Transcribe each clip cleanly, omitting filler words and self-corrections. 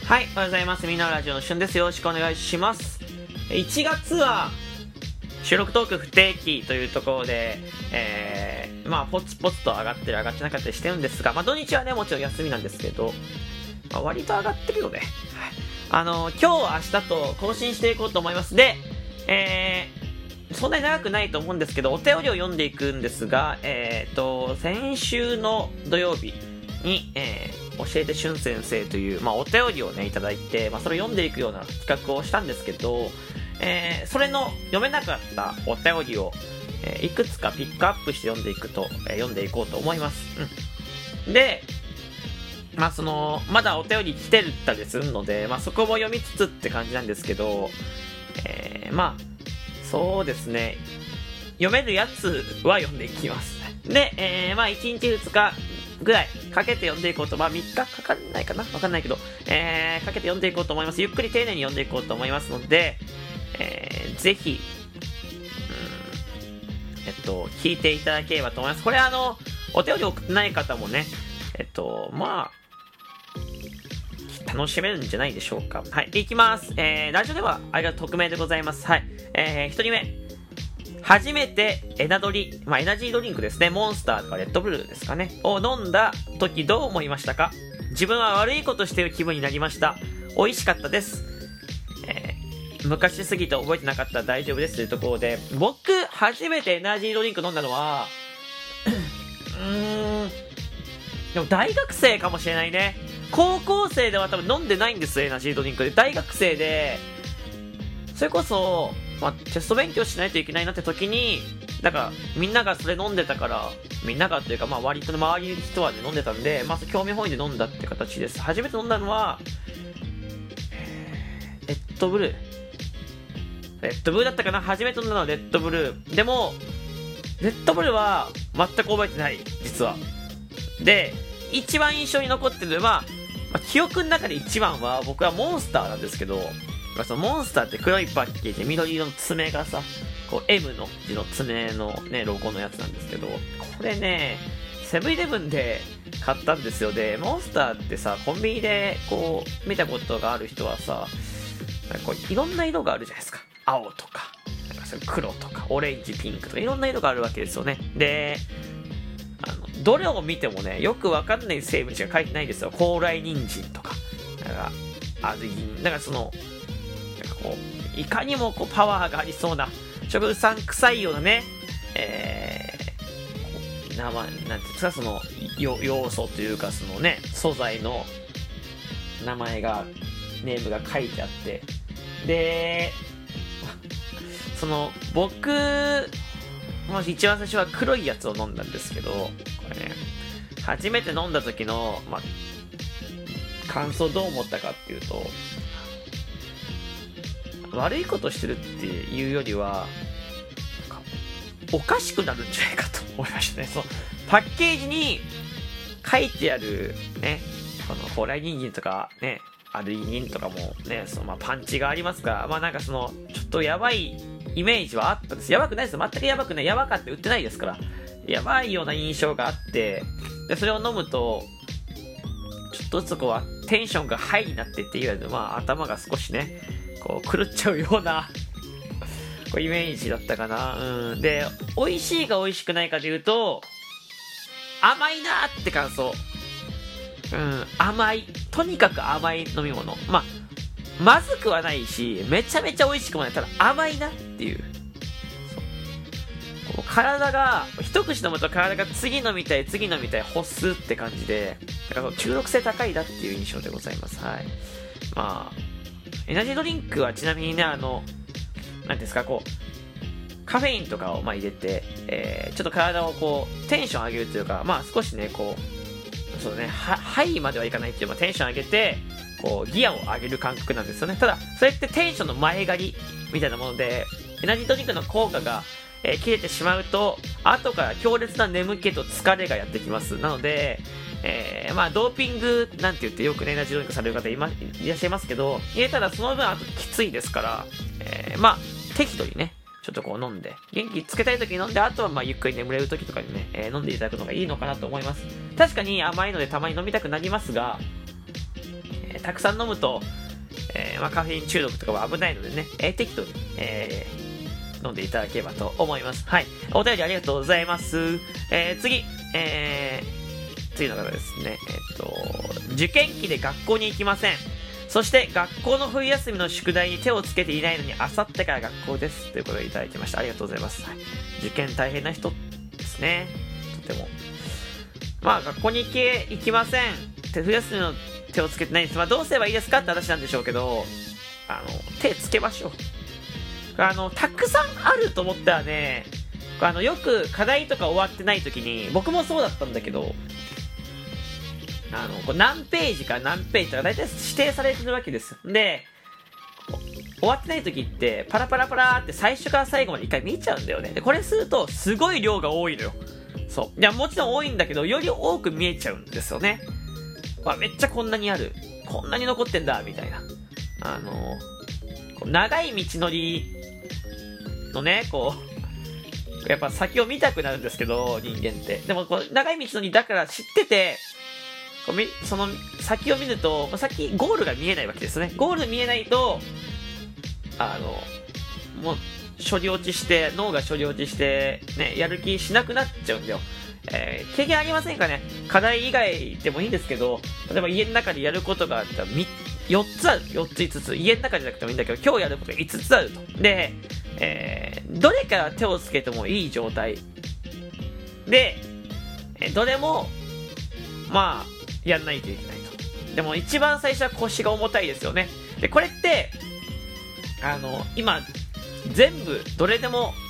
はい、おはようございます。みんなのラジオのしゅんです。よろしくお願いします。1月は、収録トーク不定期というところで、ポツポツと上がってる上がってなかったりしてるんですが、土日はね、もちろん休みなんですけど、割と上がってるので、今日、明日と更新していこうと思います。で、そんなに長くないと思うんですけど、お便りを読んでいくんですが、先週の土曜日に、教えてしゅん先生という、お便りをね、いただいて、それを読んでいくような企画をしたんですけど、それの読めなかったお便りを、いくつかピックアップして読んでいこうと思います。で、まだお便り来てたりするので、そこも読みつつって感じなんですけど、そうですね、読めるやつは読んでいきます。で、1日2日ぐらいかけて読んでいこうと、3日かかんないかなわかんないけど、かけて読んでいこうと思います。ゆっくり丁寧に読んでいこうと思いますので、ぜひ、聞いていただければと思います。これお便り送ってない方もね、楽しめるんじゃないでしょうか。はい。いきます。ラジオでは、匿名でございます。はい。一人目。初めてエナジードリンクですね。モンスターとかレッドブルーですかね。を飲んだ時どう思いましたか？自分は悪いことしている気分になりました。美味しかったです。昔すぎて覚えてなかったら大丈夫ですというところで、僕、初めてエナジードリンク飲んだのは、でも大学生かもしれないね。高校生では多分飲んでないんですよ、エナジードリンクで。大学生で、それこそ、テスト勉強しないといけないなって時に、みんながそれ飲んでたから、みんながというか、割と周りの人はね、飲んでたんで、興味本位で飲んだって形です。初めて飲んだのは、レッドブルーだったかな。初めて飲んだのはレッドブルー。でも、レッドブルーは全く覚えてない、実は。で、一番印象に残ってるのは、記憶の中で一番は僕はモンスターなんですけど、そのモンスターって黒いパッケージで緑色の爪がさ、こう M の字の爪のね、ロゴのやつなんですけど、これね、セブンイレブンで買ったんですよ。で、モンスターってさ、コンビニでこう、見たことがある人はさ、こういろんな色があるじゃないですか。青とか、黒とか、オレンジ、ピンクとか、いろんな色があるわけですよね。で、どれを見てもね、よくわかんない成分しか書いてないですよ。高麗人参とか。いかにもこうパワーがありそうな、植物さん臭いようなね、なんていうんですか、その、要素というか、そのね、素材の名前が、ネームが書いてあって、で、僕、一番最初は黒いやつを飲んだんですけど、これね、初めて飲んだ時の、感想どう思ったかっていうと、悪いことしてるっていうよりは、おかしくなるんじゃないかと思いましたね。パッケージに書いてある、ね、この高麗人参とかね、アルギニンとかもね、パンチがありますが、ちょっとやばいイメージはあったんです。やばくないです。全くやばくない。やばかって売ってないですから。やばいような印象があって、で、それを飲むと、ちょっとずつテンションがハイになってっていうより頭が少しね、狂っちゃうようなイメージだったかな。で、美味しいか美味しくないかで言うと、甘いなーって感想。甘い。とにかく甘い飲み物。まずくはないし、めちゃめちゃ美味しくもない。ただ甘いなっていう。体が、一口飲むと体が次飲みたい、欲すって感じで、中毒性高いなっていう印象でございます。はい。エナジードリンクはちなみにね、なんていうんですか、カフェインとかを入れて、ちょっと体をテンション上げるというか、少しね、そうね、ハイまではいかないっていう、テンション上げて、ギアを上げる感覚なんですよね。ただ、それってテンションの前借りみたいなもので、エナジードリンクの効果が、切れてしまうと、後から強烈な眠気と疲れがやってきます。なので、ドーピングなんて言ってよくね、エナジードリンクされる方いらっしゃいますけど、入れたらその分あときついですから、適度にね、ちょっと飲んで、元気つけたい時に飲んで、あとはゆっくり眠れる時とかにね、飲んでいただくのがいいのかなと思います。確かに甘いのでたまに飲みたくなりますが、 たくさん飲むと、カフェイン中毒とかは危ないのでね、適度に、飲んでいただければと思います。はい。お便りありがとうございます。次の方ですね。受験期で学校に行きません。そして学校の冬休みの宿題に手をつけていないのにあさってから学校です。ということでいただきました。ありがとうございます。はい、受験大変な人ですね。とても。学校に行きません。冬休みの手をつけてないんです。どうすればいいですかって話なんでしょうけど、手つけましょう。たくさんあると思ったらね、よく課題とか終わってない時に、僕もそうだったんだけど、何ページから何ページとか大体指定されてるわけです。で、終わってない時って、パラパラパラって最初から最後まで一回見ちゃうんだよね。で、これすると、すごい量が多いのよ。そう。いや、もちろん多いんだけど、より多く見えちゃうんですよね。めっちゃこんなにある。こんなに残ってんだ、みたいな。長い道のりのね、やっぱ先を見たくなるんですけど、人間って。でも、長い道のりだから知ってて、その先を見ると、先、ゴールが見えないわけですね。ゴール見えないと、もう、脳が処理落ちして、ね、やる気しなくなっちゃうんだよ。経験ありませんかね。課題以外でもいいんですけど、例えば家の中でやることがあったら、4つある。4つ5つ。家の中じゃなくてもいいんだけど、今日やることが5つあると。で、どれから手をつけてもいい状態。で、どれも、やんないといけないと。でも一番最初は腰が重たいですよね。で、これって、今、全部、どれ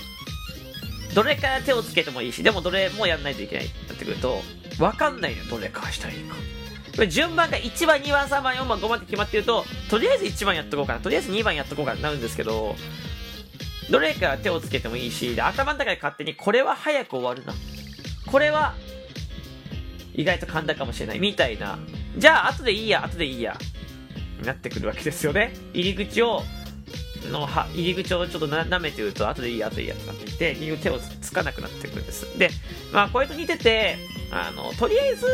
から手をつけてもいいし、でもどれもやんないといけないってなってくると、わかんないのよ、どれからしたらいいか。これ順番が1番、2番、3番、4番、5番って決まってると、とりあえず1番やっとこうかな、とりあえず2番やっとこうかななるんですけど、どれから手をつけてもいいし、で頭の中で勝手にこれは早く終わるな。これは、意外と簡単かもしれない、みたいな。じゃあ、後でいいや、なってくるわけですよね。入り口をちょっと舐めてると、後でいいやってなってきて、手をつかなくなってくるんです。で、これと似てて、とりあえず、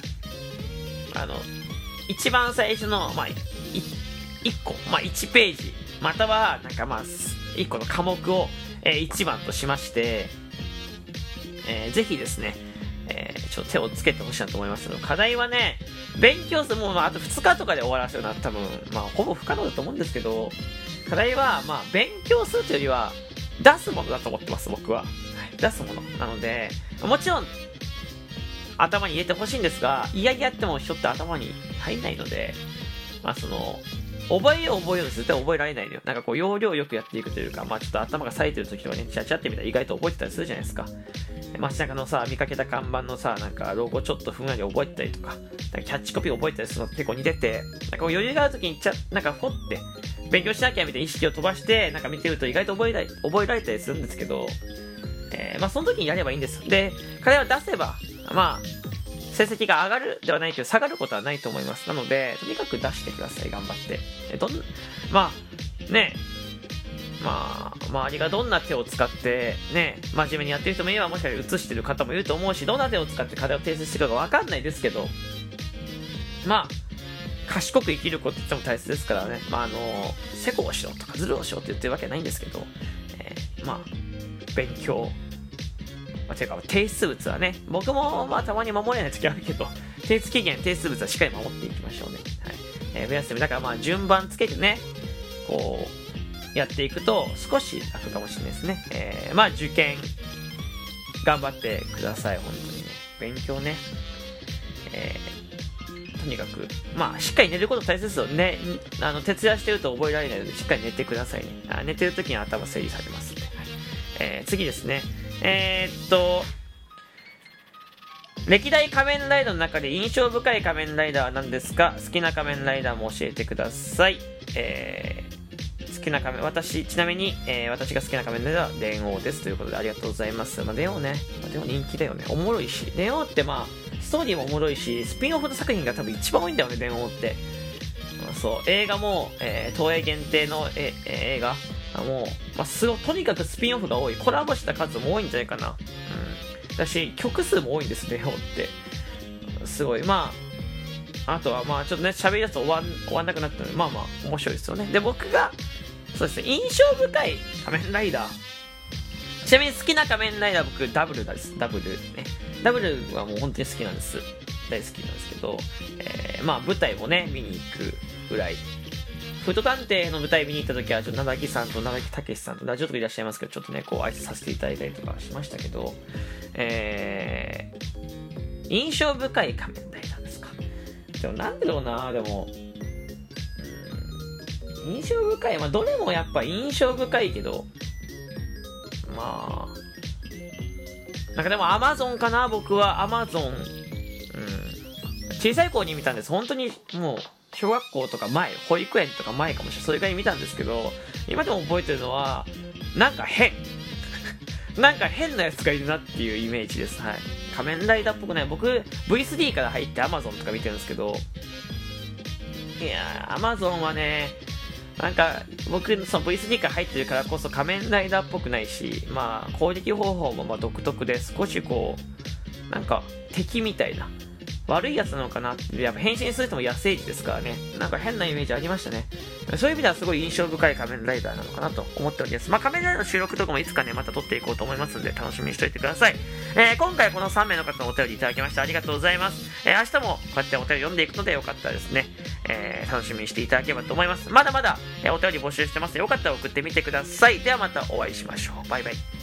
一番最初の、1個、1ページ、または、1個の科目を、1番としまして、ぜひですね、ちょっと手をつけてほしいなと思いますけど、課題はね、勉強する、もう、あと2日とかで終わらせるのは多分、ほぼ不可能だと思うんですけど、課題は、勉強するというよりは、出すものだと思ってます、僕は。出すもの。なので、もちろん、頭に入れてほしいんですが、嫌々やっても人って頭に入んないので、覚えようと絶対覚えられないのよ。要領よくやっていくというか、ちょっと頭が冴えてる時とかね、チャチャってみたら意外と覚えてたりするじゃないですか。街中の見かけた看板のロゴちょっとふんわり覚えてたりとか、キャッチコピー覚えてたりするの結構似てて、余裕がある時にほって、勉強しなきゃみたいな意識を飛ばして、見てると意外と覚えられたりするんですけど、その時にやればいいんです。で、課題を出せば、成績が上がるではないけど、下がることはないと思います。なので、とにかく出してください、頑張って。周りがどんな手を使って、ね、真面目にやってる人もいれば、もしかしたら映してる方もいると思うし、どんな手を使って課題を提出してくるかわかんないですけど、賢く生きることっても大切ですからね。セコをしろとかズルをしろって言ってるわけはないんですけど、勉強、ていうか提出物はね、僕もたまに守れない時あるけど、提出期限、提出物はしっかり守っていきましょうね。はい。冬休みだから順番つけてね、やっていくと少し楽かもしれないですね。受験頑張ってください、本当にね。勉強ね。とにかく、しっかり寝ること大切ですよね。徹夜してると覚えられないので、しっかり寝てくださいね。寝てるときに頭整理されますので。はい。次ですね。歴代仮面ライダーの中で印象深い仮面ライダーは何ですか？好きな仮面ライダーも教えてください。好きな仮面、ちなみに、私が好きな仮面ライダーは電王ですということでありがとうございます。電王ね、電王人気だよね。おもろいし、電王ってストーリーもおもろいし、スピンオフの作品が多分一番多いんだよね、電王って。映画も、東映限定の、映画もう、とにかくスピンオフが多い。コラボした数も多いんじゃないかな。だし、曲数も多いんです、電王って。すごい。 あとはまあちょっとね喋り出すと終わんなくなったので、まあまあ面白いですよね。で、僕がそうですね、印象深い仮面ライダー、ちなみに好きな仮面ライダー僕ダブルです。ダブルね、ダブルはもう本当に好きなんです。大好きなんですけど、まあ舞台もね見に行くぐらい、フード探偵の舞台見に行った時はちょっと奈良木さんと奈良木武さんとちょっといらっしゃいますけど、ちょっとねこう挨拶させていただいたりとかしましたけど、印象深い仮面ライダーですか。でもなんだろうな、でも印象深い、まあどれもやっぱ印象深いけど、まあなんかでもアマゾンかな、僕はアマゾン、小さい頃に見たんです。本当にもう小学校とか前、保育園とか前かもしれない、それぐらい見たんですけど、今でも覚えてるのはなんかなんか変なやつがいるなっていうイメージです。はい、仮面ライダーっぽくない。僕 V3 から入って Amazon とか見てるんですけど、いやー Amazon はね、なんか僕その V3 から入ってるからこそ仮面ライダーっぽくないし、まあ攻撃方法もまあ独特で、少しこうなんか敵みたいな悪いやつなのかなって。やっぱ変身する人も野生児ですからね、なんか変なイメージありましたね。そういう意味ではすごい印象深い仮面ライダーなのかなと思っております。まあ仮面ライダーの収録とかもいつかねまた撮っていこうと思いますんで、楽しみにしておいてください。今回この3名の方のお便りいただきましてありがとうございます。明日もこうやってお便り読んでいくのでよかったらですね、楽しみにしていただければと思います。まだまだ、お便り募集してます。よかったら送ってみてください。ではまたお会いしましょう。バイバイ。